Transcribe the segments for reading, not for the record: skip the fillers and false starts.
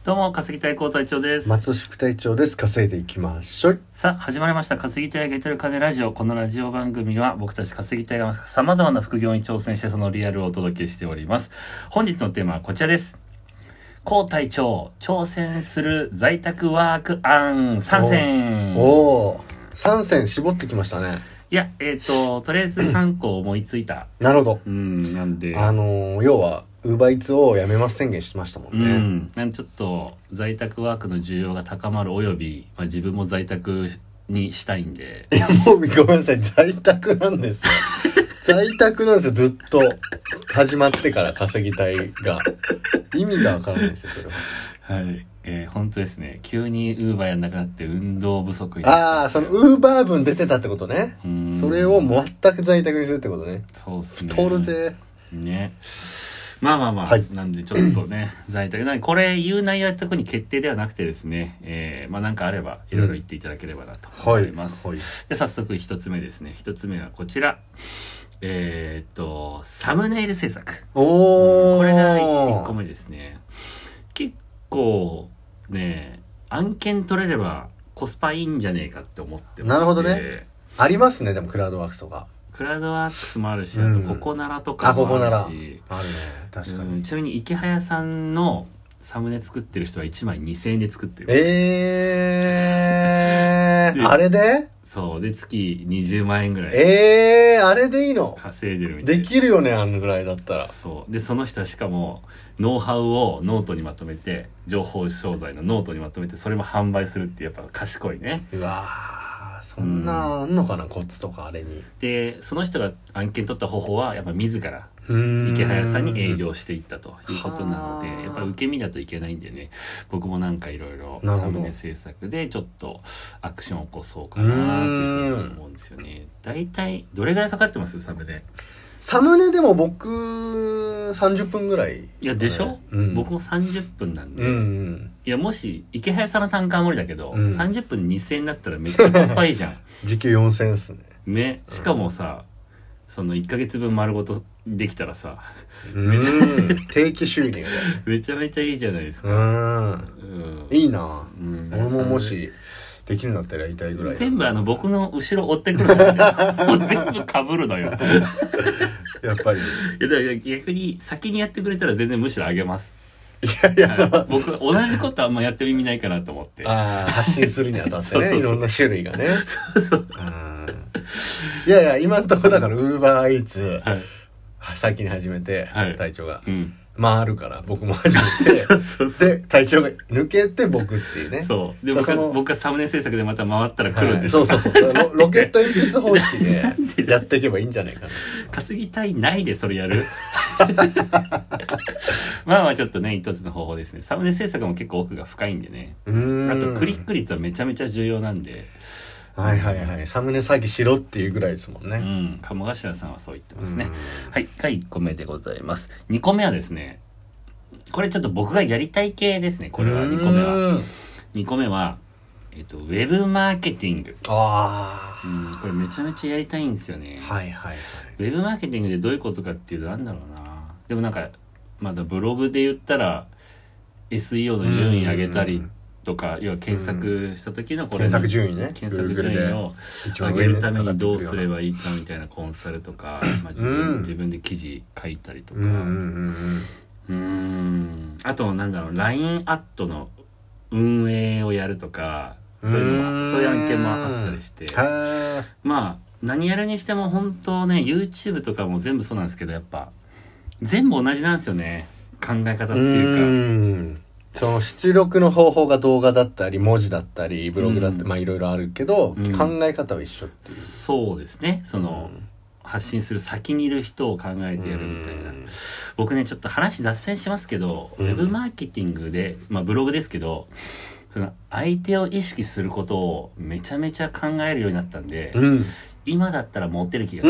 どうも稼ぎたい高隊長です。 松宿隊長です。稼いでいきましょう。 さあ始まりました稼ぎたいが得てる金ラジオ。このラジオ番組は僕たち稼ぎたいが様々な副業に挑戦してそのリアルをお届けしております。本日のテーマはこちらです。高隊長挑戦する在宅ワーク案3選。 おー、3選絞ってきましたね。 いやとりあえず3個思いついた。 なるほど。 なんで要はウーバーイーツをやめます宣言してましたもんね。 なんでちょっと在宅ワークの需要が高まるおよび、自分も在宅にしたいんで。 いやもうごめんなさい、在宅なんですよ。在宅なんですよ、ずっと。始まってから稼ぎたいが。意味がわからないですよ、それは。 はい。本当ですね。急にウーバーやんなくなって運動不足になった。 ああ、そのウーバー分出てたってことね。それを全く在宅にするってことね。 そうっすね。 太るぜ。 ね。まあ、はい、なんでちょっとね、在宅これ言う内容は特に決定ではなくてですね、なんかあればいろいろ言っていただければなと思います。で早速一つ目ですね。一つ目はこちら。サムネイル制作。これが1個目ですね。結構ね、案件取れればコスパいいんじゃねえかって思ってまして。 なるほどね。ありますね、でもクラウドワークスとか。 クラウドワークスもあるし、あとココナラとかもあるし。 あるね、確かに。 ちなみに池早さんのサムネ作ってる人は1枚2000円で作ってる。 あれで？ そうで月20万円ぐらい。 あれでいいの？ 稼いでるみたいな。 できるよね、あのぐらいだったら。 そうでその人はしかもノウハウをノートにまとめて、情報商材のノートにまとめてそれも販売するってやっぱ賢いね。 うわー、そんなあんのかな、コツとかあれに。 でその人が案件取った方法はやっぱ自ら池早さんに営業していったということなので、やっぱ受け身だといけないんでね、僕もなんかいろいろサムネ制作でちょっとアクションを起こそうかなというふうに思うんですよね。だいたいどれぐらいかかってますサムネ？ サムネでも僕30分ぐらい、 いやでしょ、僕も30分なんで、いやもし池早さんの単価は無理だけど、30分2000円だったらめっちゃコスパいいじゃん。 時給4000円っすね。 ね、しかもさ、その1ヶ月分丸ごとできたらさ、 定期収入めちゃめちゃいいじゃないですか。 いいな。俺ももしできるんだったらやりたいぐらい。 全部僕の後ろ追ってくるからね。もう全部被るのよ。 やっぱり。 いやだから逆に先にやってくれたら全然むしろあげます。 いや僕同じことあんまやってる意味ないかなと思って。 発信するにあたってね。いろんな種類がね。いや今んとこだからウーバーイーツ先に始めて、隊長が回るから僕も始めて、で隊長が抜けて僕っていうね。 そうで僕がサムネ制作でまた回ったら来るんですよ。そうロケット鉛筆方式でやっていけばいいんじゃないかな。 稼ぎたいないでそれやる。まあちょっとね一つの方法ですね。サムネ制作も結構奥が深いんでね。あとクリック率はめちゃめちゃ重要なんで。 サムネ詐欺しろっていうぐらいですもんね。 鴨頭さんはそう言ってますね。はい、が1個目でございます。2個目はですね、これちょっと僕がやりたい系ですね。これは2個目は。2個目は、ウェブマーケティング。これめちゃめちゃやりたいんですよね。ウェブマーケティングでどういうことかっていうと、なんだろうな。でもなんか、まだブログで言ったら、SEO の順位上げたり、とか要は検索した時のこれ、 検索順位ね、 検索順位を上げるためにどうすればいいかみたいなコンサルとか、自分で記事書いたりとか、あとなんだろう LINE アットの運営をやるとか、そういう案件もあったりして、まあ何やるにしても本当ね YouTube とかも全部そうなんですけど、やっぱ全部同じなんですよね、考え方っていうか。 その出力の方法が動画だったり文字だったりブログだっていろいろあるけど、考え方は一緒っていう。 そうですね。その、発信する先にいる人を考えてやるみたいな。僕ねちょっと話脱線しますけど、ウェブマーケティングでブログですけど、その相手を意識することをめちゃめちゃ考えるようになったんで、今だったらモテる気がす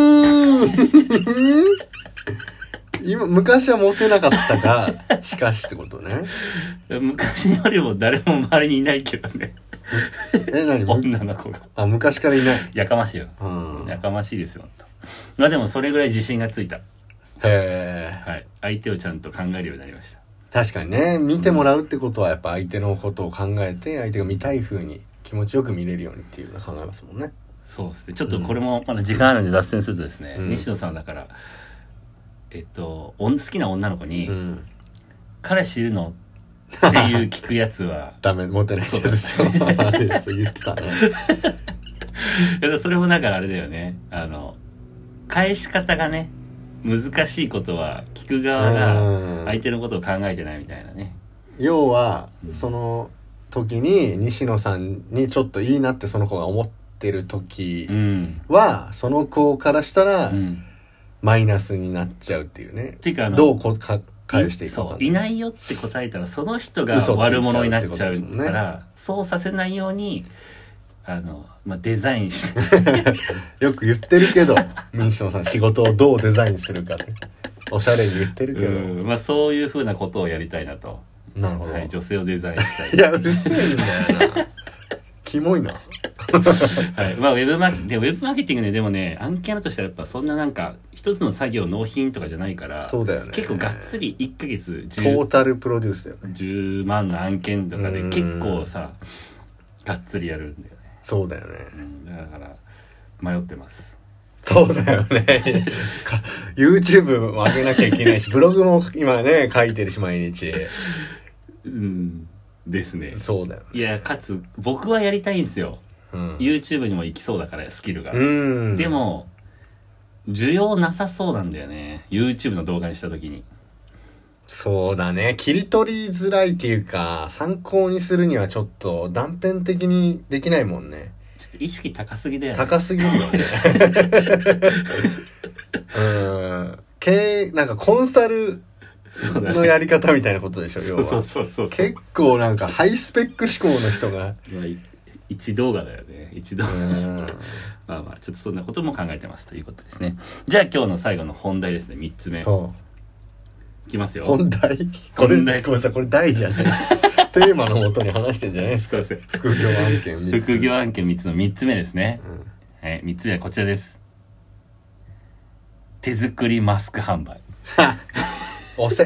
る。 昔はモテなかったがしかしってことね。 昔よりも誰も周りにいないけどね。 何女の子が。 昔からいない。 やかましいよ。やかましいですよ。まあでもそれぐらい自信がついた。 はい。 相手をちゃんと考えるようになりました。 確かにね、見てもらうってことはやっぱ相手のことを考えて、相手が見たい風に気持ちよく見れるようにっていうのを考えますもんね。 そうですね。ちょっとこれもまだ時間あるんで脱線するとですね、西野さんだから好きな女の子に、彼氏いるのっていう聞くやつはダメ、モテないやつですよ。言ってたね。 それもだからあれだよね、返し方がね難しいことは聞く側が相手のことを考えてないみたいなね。 要はその時に西野さんにちょっといいなってその子が思ってる時は、その子からしたらマイナスになっちゃうっていうね。 っていうかどう返していくか。 そう、いないよって答えたらその人が悪者になっちゃうから、そうさせないようにデザインしてよく言ってるけど、西野さん仕事をどうデザインするかっておしゃれに言ってるけど、 そういうふうなことをやりたいなと。 なるほど、 はい、女性をデザインしたい。 いや、うるせえんだよな。キモいな。 はい、ウェブマーケティングね、でもね、案件としてはやっぱそんななんか一つの作業納品とかじゃないから、 そうだよね。 結構がっつり1ヶ月トータルプロデュースだよね。 10万の案件とかで結構さ、がっつりやるんだよね。 そうだよね。 だから迷ってます。 そうだよね。YouTube も上げなきゃいけないし、ブログも今ね書いてるし毎日。 ですね。 そうだよね。 いや、かつ僕はやりたいんですよ。YouTube にも行きそうだからスキルが。でも需要なさそうなんだよね。YouTube の動画にした時に。 そうだね。切り取りづらいっていうか、参考にするにはちょっと断片的にできないもんね。 ちょっと意識高すぎだよね。 高すぎるよね。なんかコンサルのやり方みたいなことでしょ、要は。 そう。 結構なんかハイスペック志向の人が。 一動画だよね。一動画。まあちょっとそんなことも考えてますということですね。じゃあ今日の最後の本題ですね。3つ目。いきますよ。 本題これ、ごめんなさい、これ題じゃないテーマのもとに話してんじゃないですか。副業案件3つ。 副業案件3つの3つ目ですね。はい、3つ目はこちらです。手作りマスク販売。 遅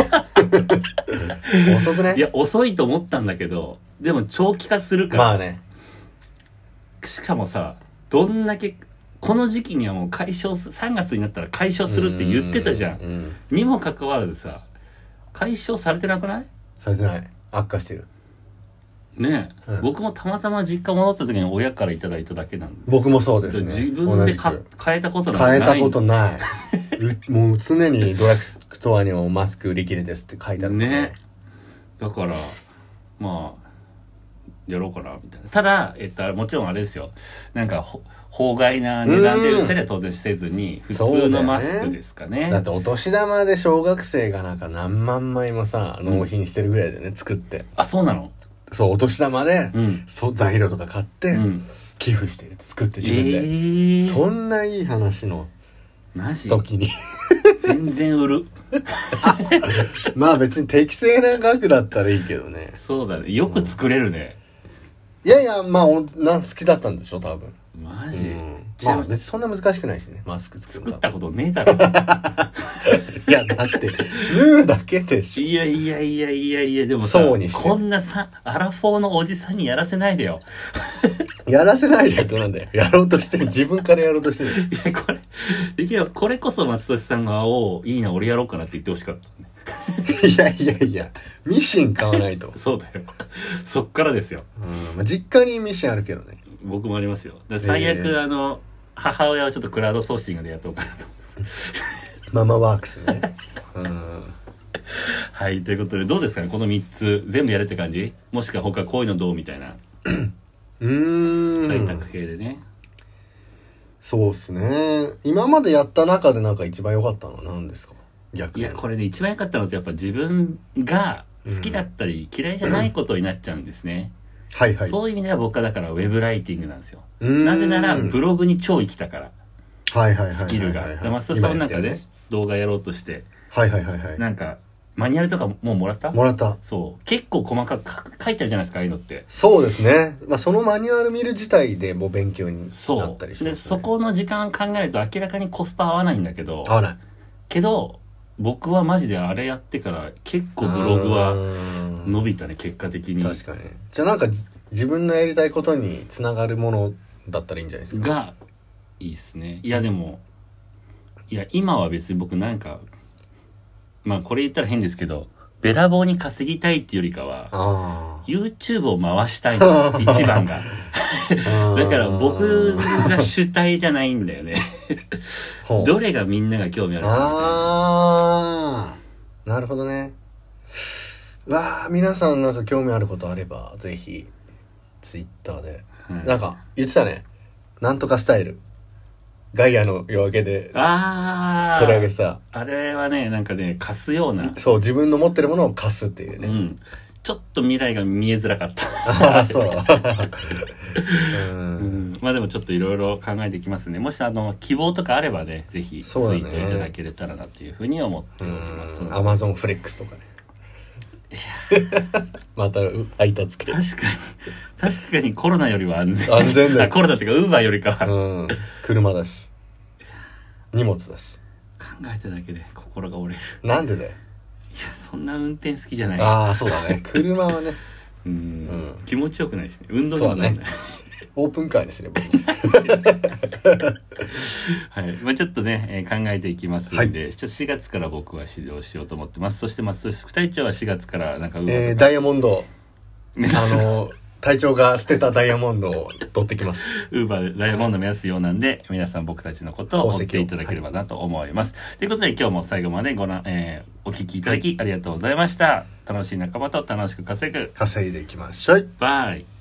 くね。 いや、遅いと思ったんだけど、でも長期化するから。 まあね。 しかもさ、どんだけこの時期にはもう3月になったら解消するって言ってたじゃん。にもかかわらずさ、解消されてなくない？ されてない。悪化してる。 ねえ、僕もたまたま実家戻った時に親からいただいただけなんで。 僕もそうですね。 自分で変えたことない。 変えたことない。もう常にドラッグストアにもマスク売り切れですって書いてあるね。だからまあやろうかなみたいな。ただもちろんあれですよ。なんか法外な値段で売ったりは当然せずに、普通のマスクですかね。 だってお年玉で小学生がなんか何万枚もさ納品してるぐらいでね、作って。 あ、そうなの？ そう、お年玉で、材料とか買って、寄付して作って自分で、そんないい話の時に全然売る。 まあ別に適正な額だったらいいけどね。 そうだね、よく作れるね。 いやいや、まあ好きだったんでしょ多分。 マジ？ まあ別にそんな難しくないしね、マスク作ったことねえだろ。 いやだって縫うだけでしょ。 いやでもさ、こんなさアラフォーのおじさんにやらせないでよ。 やらせないでってなんだよ。やろうとしてる、自分からやろうとしてる。 いや、これできればこれこそ松俊さんがいいな俺やろうかなって言ってほしかったね。いやミシン買わないと。 そうだよ、そっからですよ。 実家にミシンあるけどね。 僕もありますよ。最悪母親はちょっとクラウドソーシングでやっとこうかなと思ってます。 ママワークスね。 はい、ということでどうですかね、この3つ全部やるって感じ？もしくは他こういうのどうみたいな。在宅系でね。 そうっすね。今までやった中でなんか一番良かったのは何ですか？逆に。 いや、これで一番良かったのってやっぱ自分が好きだったり嫌いじゃないことになっちゃうんですね。 はいはい。 そういう意味では僕はだからウェブライティングなんですよ。なぜならブログに超生きたから。スキルが。松田さんなんかね、動画やろうとして。なんかマニュアルとかもうもらった？ もらった。 そう。結構細かく書いてあるじゃないですか、ああいうのって。 そうですね。まあそのマニュアル見る自体でもう勉強になったりしますね。 で、そこの時間考えると明らかにコスパ合わないんだけど。 合わない。 けど、 僕はマジであれやってから結構ブログは伸びたね、結果的に。 確かに。じゃあなんか自分のやりたいことにつながるものだったらいいんじゃないですか。 がいいっすね。いやでも、いや今は別に僕なんか、まあこれ言ったら変ですけど、べらぼうに稼ぎたいっていうよりかは YouTube を回したいの一番がだから僕が主体じゃないんだよねどれがみんなが興味あるかみたいな。 なるほどね。わあ、皆さんなんか興味あることあればぜひ Twitter で、なんか言ってたね、なんとかスタイル、ガイアの夜明けで取り上げてた。 あれはね、なんかね、貸すような、 そう、自分の持ってるものを貸すっていうね、 ちょっと未来が見えづらかったそうまあでもちょっといろいろ考えていきますね。もし希望とかあればね、ぜひツイートいただけれたらなっていうふうに思っております。 Amazon フレックスとかねまた間つけて。 確かにコロナよりは安全だよコロナっていうか Uber よりかは、 車だし荷物だし、 考えただけで心が折れる。 なんでだよ。 いや、そんな運転好きじゃない。 そうだね、車はね気持ちよくないしね、運動にもならない、 オープンカーですね僕はい、まあ、ちょっとね、考えていきますので、4月から僕は指導しようと思ってます。そして松戸副隊長は4月からなんかダイヤモンド隊長が捨てたダイヤモンドを取ってきます。 ウーバーでダイヤモンド目指すようなんで、皆さん僕たちのことを追っていただければなと思います。ということで今日も最後までお聞きいただきありがとうございました。楽しい仲間と楽しく稼いでいきましょう。 バイ。